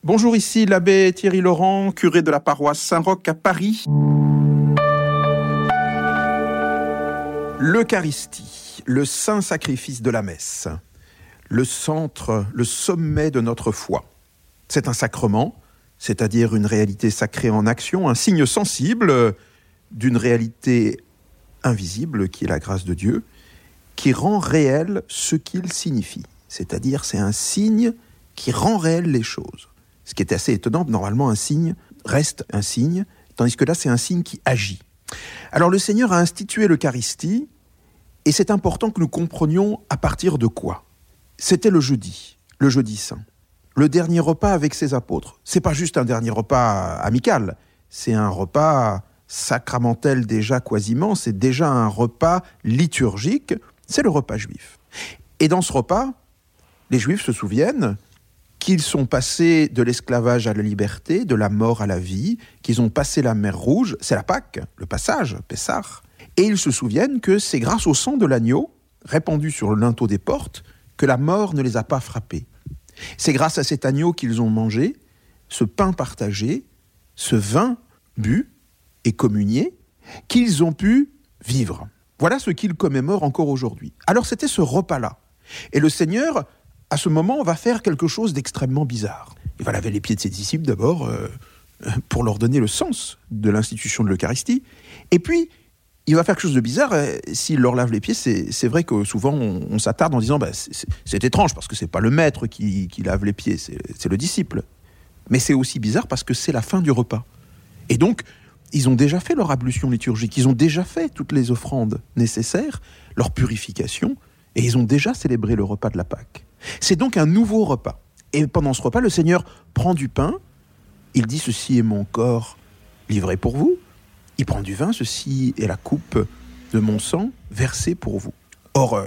Bonjour, ici l'abbé Thierry Laurent, curé de la paroisse Saint-Roch à Paris. L'Eucharistie, le saint sacrifice de la messe, le centre, le sommet de notre foi. C'est un sacrement, c'est-à-dire une réalité sacrée en action, un signe sensible d'une réalité invisible qui est la grâce de Dieu, qui rend réel ce qu'il signifie. C'est-à-dire, c'est un signe qui rend réel les choses. Ce qui est assez étonnant, normalement un signe reste un signe, tandis que là c'est un signe qui agit. Alors le Seigneur a institué l'Eucharistie, et c'est important que nous comprenions à partir de quoi. C'était le jeudi saint, le dernier repas avec ses apôtres. C'est pas juste un dernier repas amical, c'est un repas sacramentel déjà quasiment, c'est déjà un repas liturgique, c'est le repas juif. Et dans ce repas, les Juifs se souviennent qu'ils sont passés de l'esclavage à la liberté, de la mort à la vie, qu'ils ont passé la mer Rouge, c'est la Pâque, le passage, Pessah, et ils se souviennent que c'est grâce au sang de l'agneau, répandu sur le linteau des portes, que la mort ne les a pas frappés. C'est grâce à cet agneau qu'ils ont mangé, ce pain partagé, ce vin bu et communié, qu'ils ont pu vivre. Voilà ce qu'ils commémorent encore aujourd'hui. Alors c'était ce repas-là. Et le Seigneur, à ce moment, on va faire quelque chose d'extrêmement bizarre. Il va laver les pieds de ses disciples d'abord, pour leur donner le sens de l'institution de l'Eucharistie. Et puis, il va faire quelque chose de bizarre. S'il leur lave les pieds, c'est vrai que souvent, on s'attarde en disant c'est étrange, parce que c'est pas le maître qui lave les pieds, c'est le disciple. Mais c'est aussi bizarre parce que c'est la fin du repas. Et donc, ils ont déjà fait leur ablution liturgique, ils ont déjà fait toutes les offrandes nécessaires, leur purification, et ils ont déjà célébré le repas de la Pâque. C'est donc un nouveau repas. Et pendant ce repas, le Seigneur prend du pain, il dit « Ceci est mon corps livré pour vous ». Il prend du vin, « Ceci est la coupe de mon sang versée pour vous ». Or,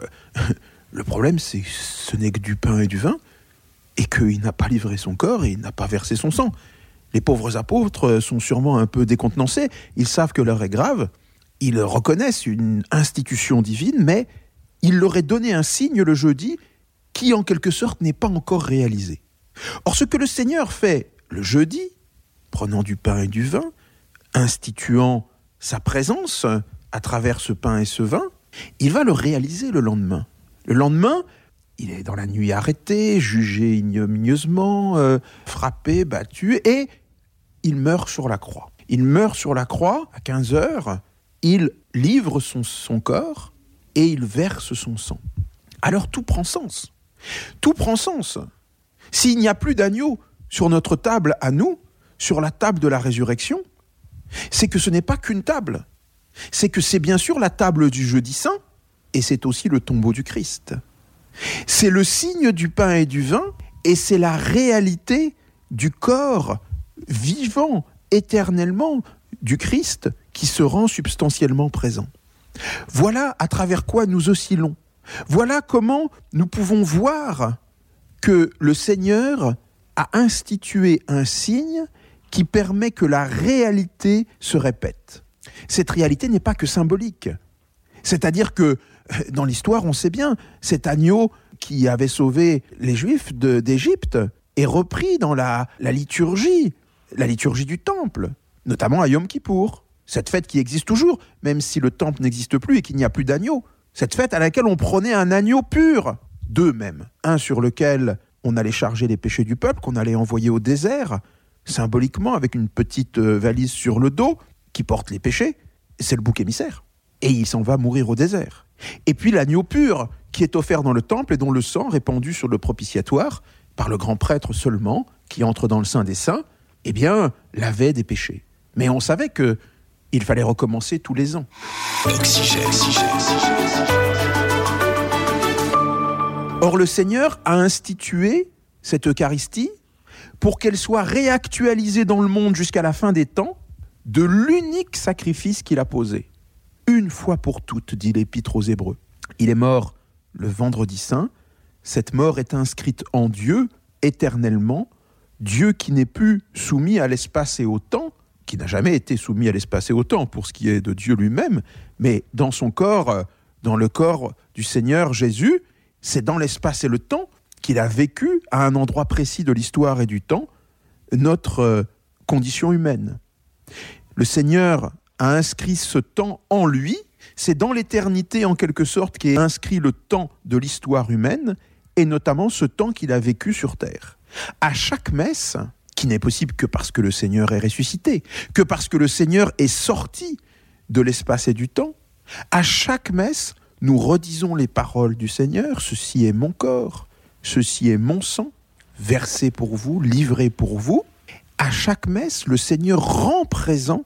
le problème, c'est que ce n'est que du pain et du vin, et qu'il n'a pas livré son corps et il n'a pas versé son sang. Les pauvres apôtres sont sûrement un peu décontenancés, ils savent que l'heure est grave, ils reconnaissent une institution divine, mais il leur est donné un signe le jeudi qui, en quelque sorte, n'est pas encore réalisé. Or, ce que le Seigneur fait le jeudi, prenant du pain et du vin, instituant sa présence à travers ce pain et ce vin, il va le réaliser le lendemain. Le lendemain, il est dans la nuit arrêté, jugé ignominieusement, frappé, battu, et il meurt sur la croix. Il meurt sur la croix à 15h, il livre son corps et il verse son sang. Alors tout prend sens. Tout prend sens. S'il n'y a plus d'agneau sur notre table à nous, sur la table de la résurrection, c'est que ce n'est pas qu'une table. C'est que c'est bien sûr la table du jeudi saint, et c'est aussi le tombeau du Christ. C'est le signe du pain et du vin, et c'est la réalité du corps vivant éternellement du Christ qui se rend substantiellement présent. Voilà à travers quoi nous oscillons. Voilà comment nous pouvons voir que le Seigneur a institué un signe qui permet que la réalité se répète. Cette réalité n'est pas que symbolique. C'est-à-dire que, dans l'histoire, on sait bien, cet agneau qui avait sauvé les Juifs d'Égypte est repris dans la liturgie du temple, notamment à Yom Kippour. Cette fête qui existe toujours, même si le temple n'existe plus et qu'il n'y a plus d'agneau. Cette fête à laquelle on prenait un agneau pur, deux même. Un sur lequel on allait charger les péchés du peuple, qu'on allait envoyer au désert, symboliquement avec une petite valise sur le dos qui porte les péchés. C'est le bouc émissaire. Et il s'en va mourir au désert. Et puis l'agneau pur qui est offert dans le temple et dont le sang répandu sur le propitiatoire, par le grand prêtre seulement, qui entre dans le Saint des Saints, eh bien, lavait des péchés. Mais on savait qu'il fallait recommencer tous les ans. Or, le Seigneur a institué cette Eucharistie pour qu'elle soit réactualisée dans le monde jusqu'à la fin des temps de l'unique sacrifice qu'il a posé. Une fois pour toutes, dit l'Épître aux Hébreux. Il est mort le vendredi saint. Cette mort est inscrite en Dieu éternellement, Dieu qui n'est plus soumis à l'espace et au temps, qui n'a jamais été soumis à l'espace et au temps pour ce qui est de Dieu lui-même, mais dans son corps, dans le corps du Seigneur Jésus, c'est dans l'espace et le temps qu'il a vécu à un endroit précis de l'histoire et du temps, notre condition humaine. Le Seigneur a inscrit ce temps en lui. C'est dans l'éternité, en quelque sorte, qu'est inscrit le temps de l'histoire humaine, et notamment ce temps qu'il a vécu sur terre. À chaque messe, qui n'est possible que parce que le Seigneur est ressuscité, que parce que le Seigneur est sorti de l'espace et du temps, à chaque messe, nous redisons les paroles du Seigneur. Ceci est mon corps, ceci est mon sang, versé pour vous, livré pour vous. À chaque messe, le Seigneur rend présent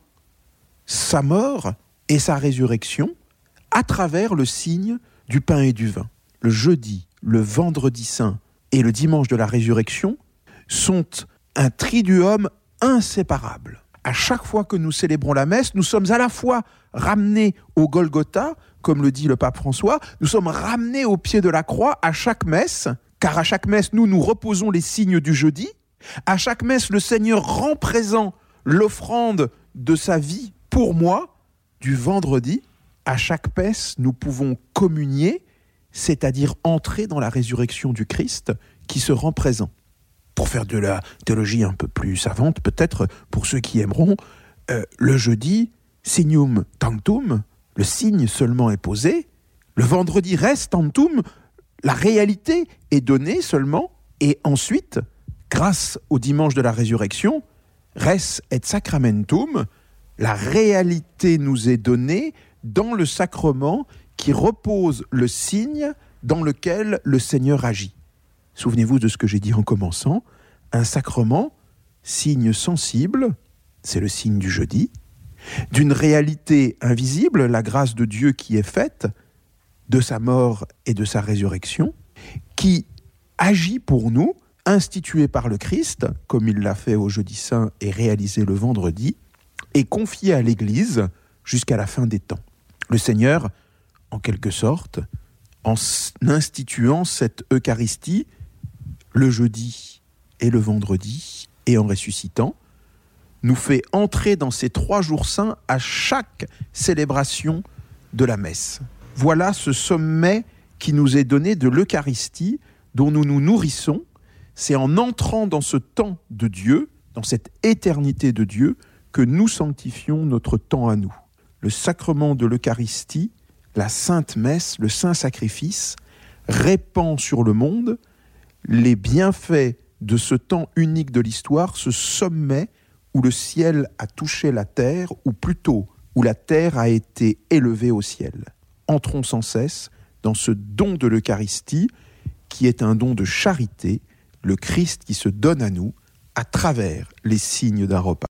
sa mort et sa résurrection à travers le signe du pain et du vin. Le jeudi, le vendredi saint et le dimanche de la résurrection sont un triduum inséparable. À chaque fois que nous célébrons la messe, nous sommes à la fois ramenés au Golgotha, comme le dit le pape François, nous sommes ramenés au pied de la croix à chaque messe, car à chaque messe, nous reposons les signes du jeudi. À chaque messe, le Seigneur rend présent l'offrande de sa vie pour moi. Du vendredi, à chaque messe, nous pouvons communier, c'est-à-dire entrer dans la résurrection du Christ qui se rend présent. Pour faire de la théologie un peu plus savante, peut-être pour ceux qui aimeront, le jeudi, signum tantum, le signe seulement est posé. Le vendredi, res tantum, la réalité est donnée seulement. Et ensuite, grâce au dimanche de la résurrection, res et sacramentum, la réalité nous est donnée dans le sacrement qui repose le signe dans lequel le Seigneur agit. Souvenez-vous de ce que j'ai dit en commençant. Un sacrement, signe sensible, c'est le signe du jeudi, d'une réalité invisible, la grâce de Dieu qui est faite, de sa mort et de sa résurrection, qui agit pour nous, institué par le Christ, comme il l'a fait au jeudi saint et réalisé le vendredi, et confié à l'Église jusqu'à la fin des temps. Le Seigneur, en quelque sorte, en instituant cette Eucharistie, le jeudi et le vendredi, et en ressuscitant, nous fait entrer dans ces 3 jours saints à chaque célébration de la messe. Voilà ce sommet qui nous est donné de l'Eucharistie, dont nous nous nourrissons. C'est en entrant dans ce temps de Dieu, dans cette éternité de Dieu, que nous sanctifions notre temps à nous. Le sacrement de l'Eucharistie, la Sainte Messe, le Saint Sacrifice, répand sur le monde les bienfaits de ce temps unique de l'histoire, ce sommet où le ciel a touché la terre, ou plutôt où la terre a été élevée au ciel. Entrons sans cesse dans ce don de l'Eucharistie qui est un don de charité, le Christ qui se donne à nous à travers les signes d'un repas.